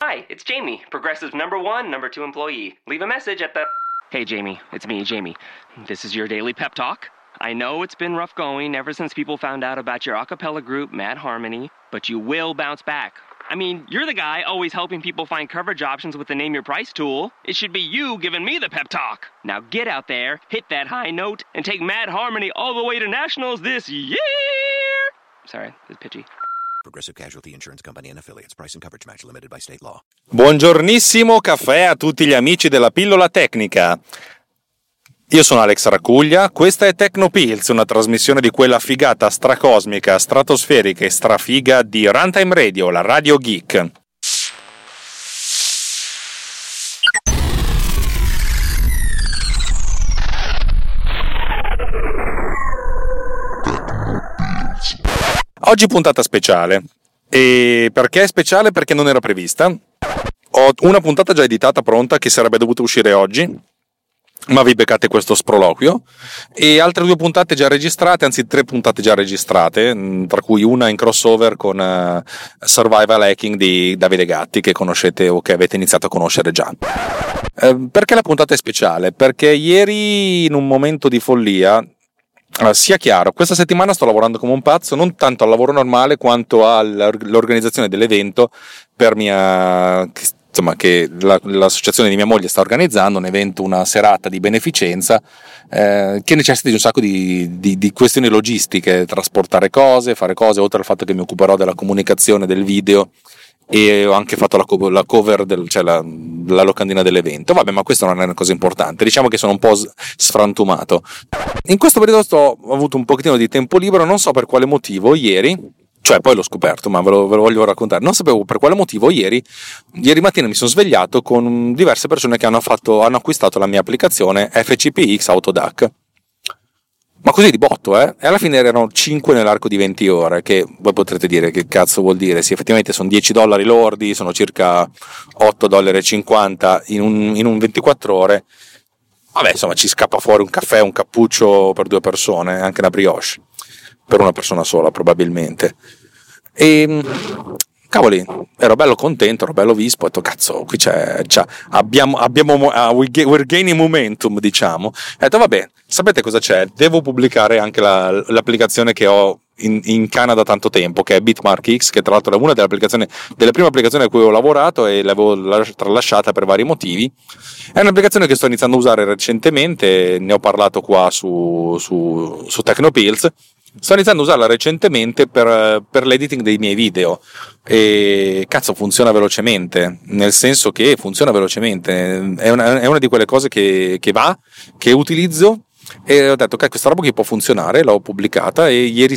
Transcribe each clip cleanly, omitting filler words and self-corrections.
Hi, it's Jamie, Progressive's number 1, number 2 employee. Leave a message at the... Hey, Jamie, it's me, Jamie. This is your daily pep talk. I know it's been rough going ever since people found out about your a cappella group, Mad Harmony, but you will bounce back. I mean, you're the guy always helping people find coverage options with the Name Your Price tool. It should be you giving me the pep talk. Now get out there, hit that high note, and take Mad Harmony all the way to nationals this year! Sorry, it's pitchy. Progressive Casualty Insurance Company and Affiliates. Price and coverage match limited by state law. Buongiornissimo caffè a tutti gli amici della pillola tecnica. Io sono Alex Racuglia, questa è Tecnopills, una trasmissione di quella figata stracosmica, stratosferica e strafiga di Runtime Radio, la radio geek. Oggi puntata speciale. E perché è speciale? Perché non era prevista. Ho una puntata già editata, pronta, che sarebbe dovuta uscire oggi, ma vi beccate questo sproloquio, e altre 2 puntate già registrate, anzi 3 puntate già registrate, tra cui una in crossover con Survival Hacking di Davide Gatti, che conoscete o che avete iniziato a conoscere già. Perché la puntata è speciale? Perché ieri, in un momento di follia, sia chiaro, questa settimana sto lavorando come un pazzo, non tanto al lavoro normale quanto all'organizzazione dell'evento che l'associazione di mia moglie sta organizzando, un evento, una serata di beneficenza che necessita di un sacco di questioni logistiche, trasportare cose, fare cose, oltre al fatto che mi occuperò della comunicazione del video e ho anche fatto la cover la locandina dell'evento. Vabbè, ma questo non è una cosa importante, diciamo che sono un po' sfrantumato. In questo periodo ho avuto un pochettino di tempo libero, non so per quale motivo ieri, cioè poi l'ho scoperto, ma ve lo voglio raccontare, non sapevo per quale motivo ieri mattina mi sono svegliato con diverse persone che hanno acquistato la mia applicazione FCPX Autodac. Ma così di botto, e alla fine erano 5 nell'arco di 20 ore, che voi potrete dire che cazzo vuol dire. Sì, effettivamente sono $10 lordi, sono circa $8,50 in un 24 ore. Vabbè, insomma, ci scappa fuori un caffè, un cappuccio per 2 persone, anche una brioche per una persona sola probabilmente. E cavoli, ero bello contento, ero bello vispo, ho detto cazzo, qui we're gaining momentum, diciamo. Ho detto vabbè, sapete cosa c'è? Devo pubblicare anche l'applicazione che ho in canna da tanto tempo, che è Bitmark X, che tra l'altro è una delle prime applicazioni a cui ho lavorato e l'avevo tralasciata per vari motivi. È un'applicazione che sto iniziando a usare recentemente, ne ho parlato qua su Tecnopills. Sto iniziando a usarla recentemente per l'editing dei miei video e cazzo funziona velocemente, nel senso che funziona velocemente, è una di quelle cose che utilizzo, e ho detto che questa roba che può funzionare, l'ho pubblicata e ieri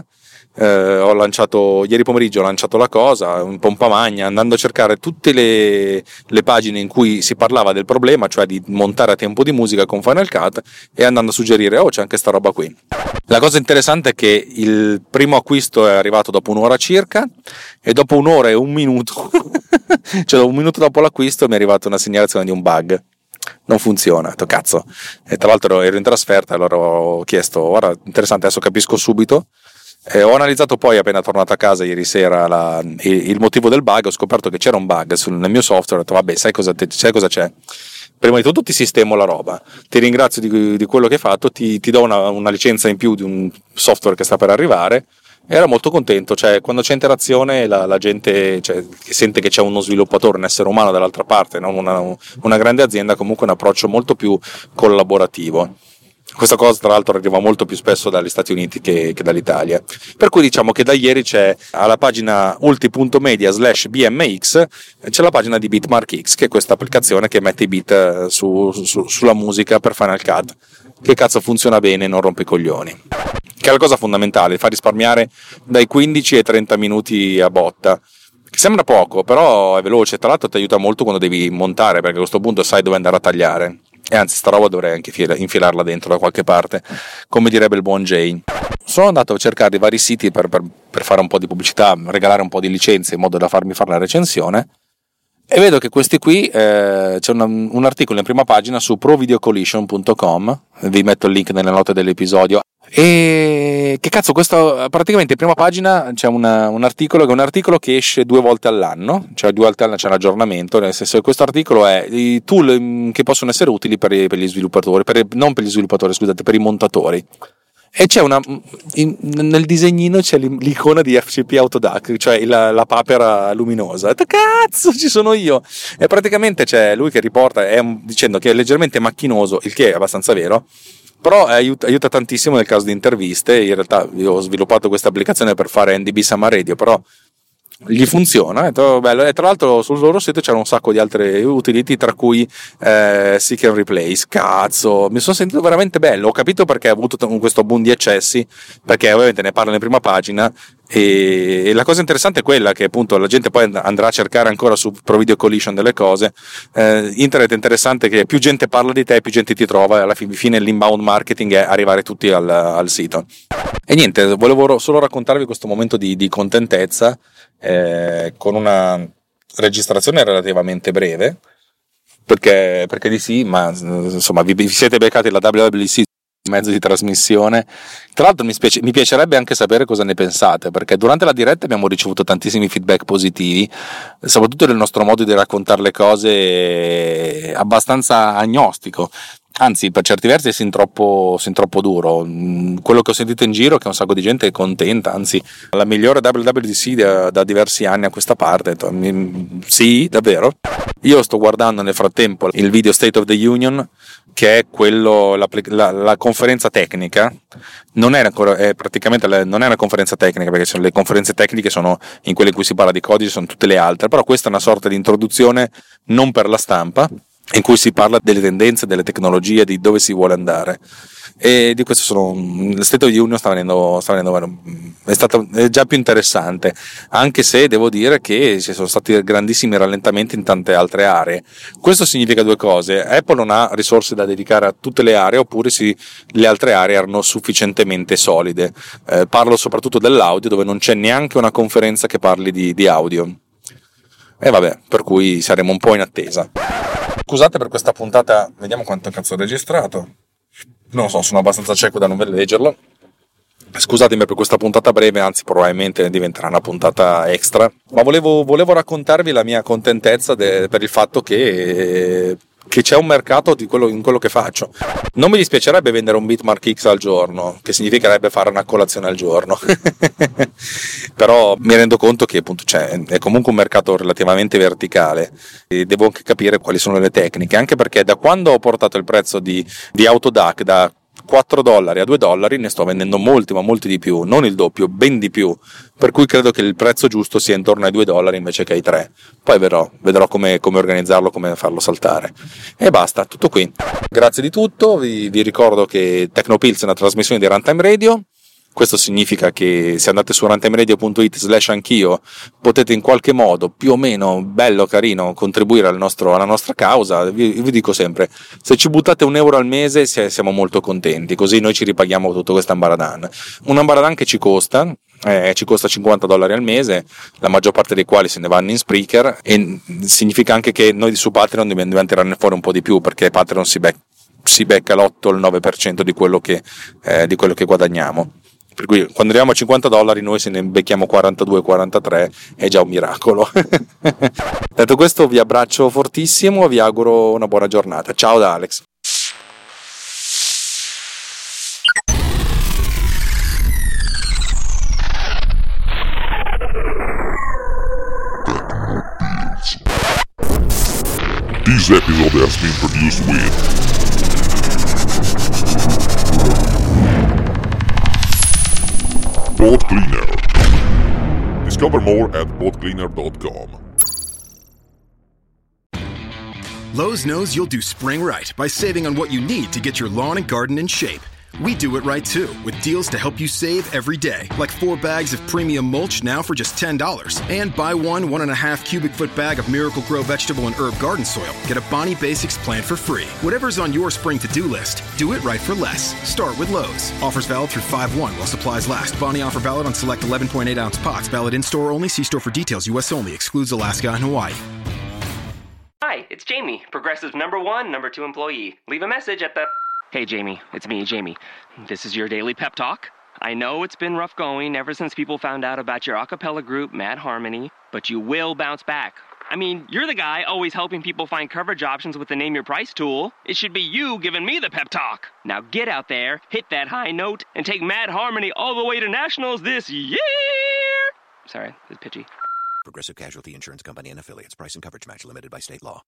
pomeriggio ho lanciato la cosa in pompa magna, andando a cercare tutte le pagine in cui si parlava del problema, cioè di montare a tempo di musica con Final Cut, e andando a suggerire c'è anche sta roba qui. La cosa interessante è che il primo acquisto è arrivato dopo un'ora circa, e dopo un'ora e un minuto cioè un minuto dopo l'acquisto mi è arrivata una segnalazione di un bug. Non funziona, ho detto cazzo, e tra l'altro ero in trasferta, allora ho chiesto, guarda, interessante, adesso capisco subito. Ho analizzato poi, appena tornato a casa ieri sera, il motivo del bug. Ho scoperto che c'era un bug nel mio software. Ho detto vabbè, sai cosa c'è? Prima di tutto ti sistemo la roba, ti ringrazio di quello che hai fatto, ti do una licenza in più di un software che sta per arrivare. Era molto contento, cioè quando c'è interazione la gente, cioè, sente che c'è uno sviluppatore, un essere umano dall'altra parte, non una grande azienda, comunque un approccio molto più collaborativo. Questa cosa tra l'altro arriva molto più spesso dagli Stati Uniti che dall'Italia, per cui diciamo che da ieri c'è alla pagina ulti.media/bmx c'è la pagina di Bitmark X, che è questa applicazione che mette i beat sulla musica per Final Cut, che cazzo funziona bene e non rompe i coglioni, che è la cosa fondamentale, fa risparmiare dai 15 ai 30 minuti a botta, che sembra poco però è veloce, tra l'altro ti aiuta molto quando devi montare, perché a questo punto sai dove andare a tagliare. E anzi, sta roba dovrei anche infilarla dentro da qualche parte, come direbbe il buon Jay. Sono andato a cercare i vari siti per fare un po' di pubblicità, regalare un po' di licenze in modo da farmi fare la recensione, e vedo che questi qui c'è un articolo in prima pagina su provideocollision.com, vi metto il link nelle note dell'episodio, E che cazzo, questo praticamente in prima pagina c'è un articolo che esce 2 volte all'anno, cioè 2 volte all'anno c'è un aggiornamento, nel senso che questo articolo è i tool che possono essere utili per gli sviluppatori, non per gli sviluppatori, scusate, per i montatori. E c'è nel disegnino c'è l'icona di FCP Autodac, cioè la papera luminosa. Ho detto, cazzo, ci sono io! E praticamente c'è lui che riporta dicendo che è leggermente macchinoso, il che è abbastanza vero, però aiuta tantissimo nel caso di interviste. In realtà io ho sviluppato questa applicazione per fare NDB Summer Radio, però gli funziona, è bello. E tra l'altro sul loro sito c'era un sacco di altre utility, tra cui Seek and Replace. Cazzo, mi sono sentito veramente bello. Ho capito perché ha avuto questo boom di accessi, perché ovviamente ne parla in prima pagina. E la cosa interessante è quella che appunto la gente poi andrà a cercare ancora su Pro Video Collision delle cose. Internet è interessante che più gente parla di te, più gente ti trova, e alla fine l'inbound marketing è arrivare tutti al sito. E niente, volevo solo raccontarvi questo momento di contentezza, con una registrazione relativamente breve, perché di sì, ma insomma vi siete beccati la WWDC mezzo di trasmissione. Tra l'altro mi piacerebbe anche sapere cosa ne pensate, perché durante la diretta abbiamo ricevuto tantissimi feedback positivi, soprattutto del nostro modo di raccontare le cose abbastanza agnostico, anzi per certi versi sin troppo duro. Quello che ho sentito in giro è che un sacco di gente è contenta, anzi la migliore WWDC da diversi anni a questa parte. Sì, davvero. Io sto guardando nel frattempo il video State of the Union, che è quello, la conferenza tecnica. Non è una conferenza tecnica, perché le conferenze tecniche sono in quelle in cui si parla di codice, sono tutte le altre, però questa è una sorta di introduzione non per la stampa, in cui si parla delle tendenze, delle tecnologie, di dove si vuole andare. E di questo il State of the Union è già più interessante, anche se devo dire che ci sono stati grandissimi rallentamenti in tante altre aree. Questo significa due cose: Apple non ha risorse da dedicare a tutte le aree, oppure le altre aree erano sufficientemente solide. Parlo soprattutto dell'audio, dove non c'è neanche una conferenza che parli di audio. E vabbè, per cui saremo un po' in attesa. Scusate per questa puntata, vediamo quanto cazzo ho registrato. Non lo so, sono abbastanza cieco da non leggerlo. Scusatemi per questa puntata breve, anzi probabilmente diventerà una puntata extra, ma volevo raccontarvi la mia contentezza per il fatto che c'è un mercato in quello che faccio. Non mi dispiacerebbe vendere un Bitmark X al giorno, che significherebbe fare una colazione al giorno. Però mi rendo conto che appunto è comunque un mercato relativamente verticale e devo anche capire quali sono le tecniche, anche perché da quando ho portato il prezzo di Autodac da $4 a $2 ne sto vendendo molti, ma molti di più, non il doppio, ben di più, per cui credo che il prezzo giusto sia intorno ai $2 invece che ai 3. Poi vedrò come organizzarlo, come farlo saltare. E basta, tutto qui. Grazie di tutto, vi ricordo che Tecnopills è una trasmissione di Runtime Radio. Questo significa che se andate su runtimeradio.it/anch'io potete in qualche modo, più o meno bello, carino, contribuire alla nostra causa. Vi dico sempre, se ci buttate €1 al mese siamo molto contenti, così noi ci ripaghiamo tutto questo ambaradan. Un ambaradan che ci costa $50 al mese, la maggior parte dei quali se ne vanno in Spreaker, e significa anche che noi su Patreon dobbiamo tirarne fuori un po' di più, perché Patreon si becca l'8-9% di quello che guadagniamo. Per cui quando arriviamo a $50 noi se ne becchiamo 42-43, è già un miracolo. Detto questo, vi abbraccio fortissimo, vi auguro una buona giornata. Ciao da Alex. This episode has been produced with Pod Cleaner. Discover more at podcleaner.com. Lowe's knows you'll do spring right by saving on what you need to get your lawn and garden in shape. We do it right too, with deals to help you save every day, like 4 bags of premium mulch now for just $10. And buy 1.5 cubic foot bag of Miracle-Gro vegetable and herb garden soil. Get a Bonnie Basics plant for free. Whatever's on your spring to-do list, do it right for less. Start with Lowe's. Offers valid through 5/1 while supplies last. Bonnie offer valid on select 11.8-ounce pots. Valid in-store only. See store for details. U.S. only. Excludes Alaska and Hawaii. Hi, it's Jamie, Progressive's #1, #2 employee. Leave a message at the... Hey, Jamie, it's me, Jamie. This is your daily pep talk. I know it's been rough going ever since people found out about your a cappella group, Mad Harmony, but you will bounce back. I mean, you're the guy always helping people find coverage options with the Name Your Price tool. It should be you giving me the pep talk. Now get out there, hit that high note, and take Mad Harmony all the way to nationals this year! Sorry, it's pitchy. Progressive Casualty Insurance Company and Affiliates. Price and coverage match limited by state law.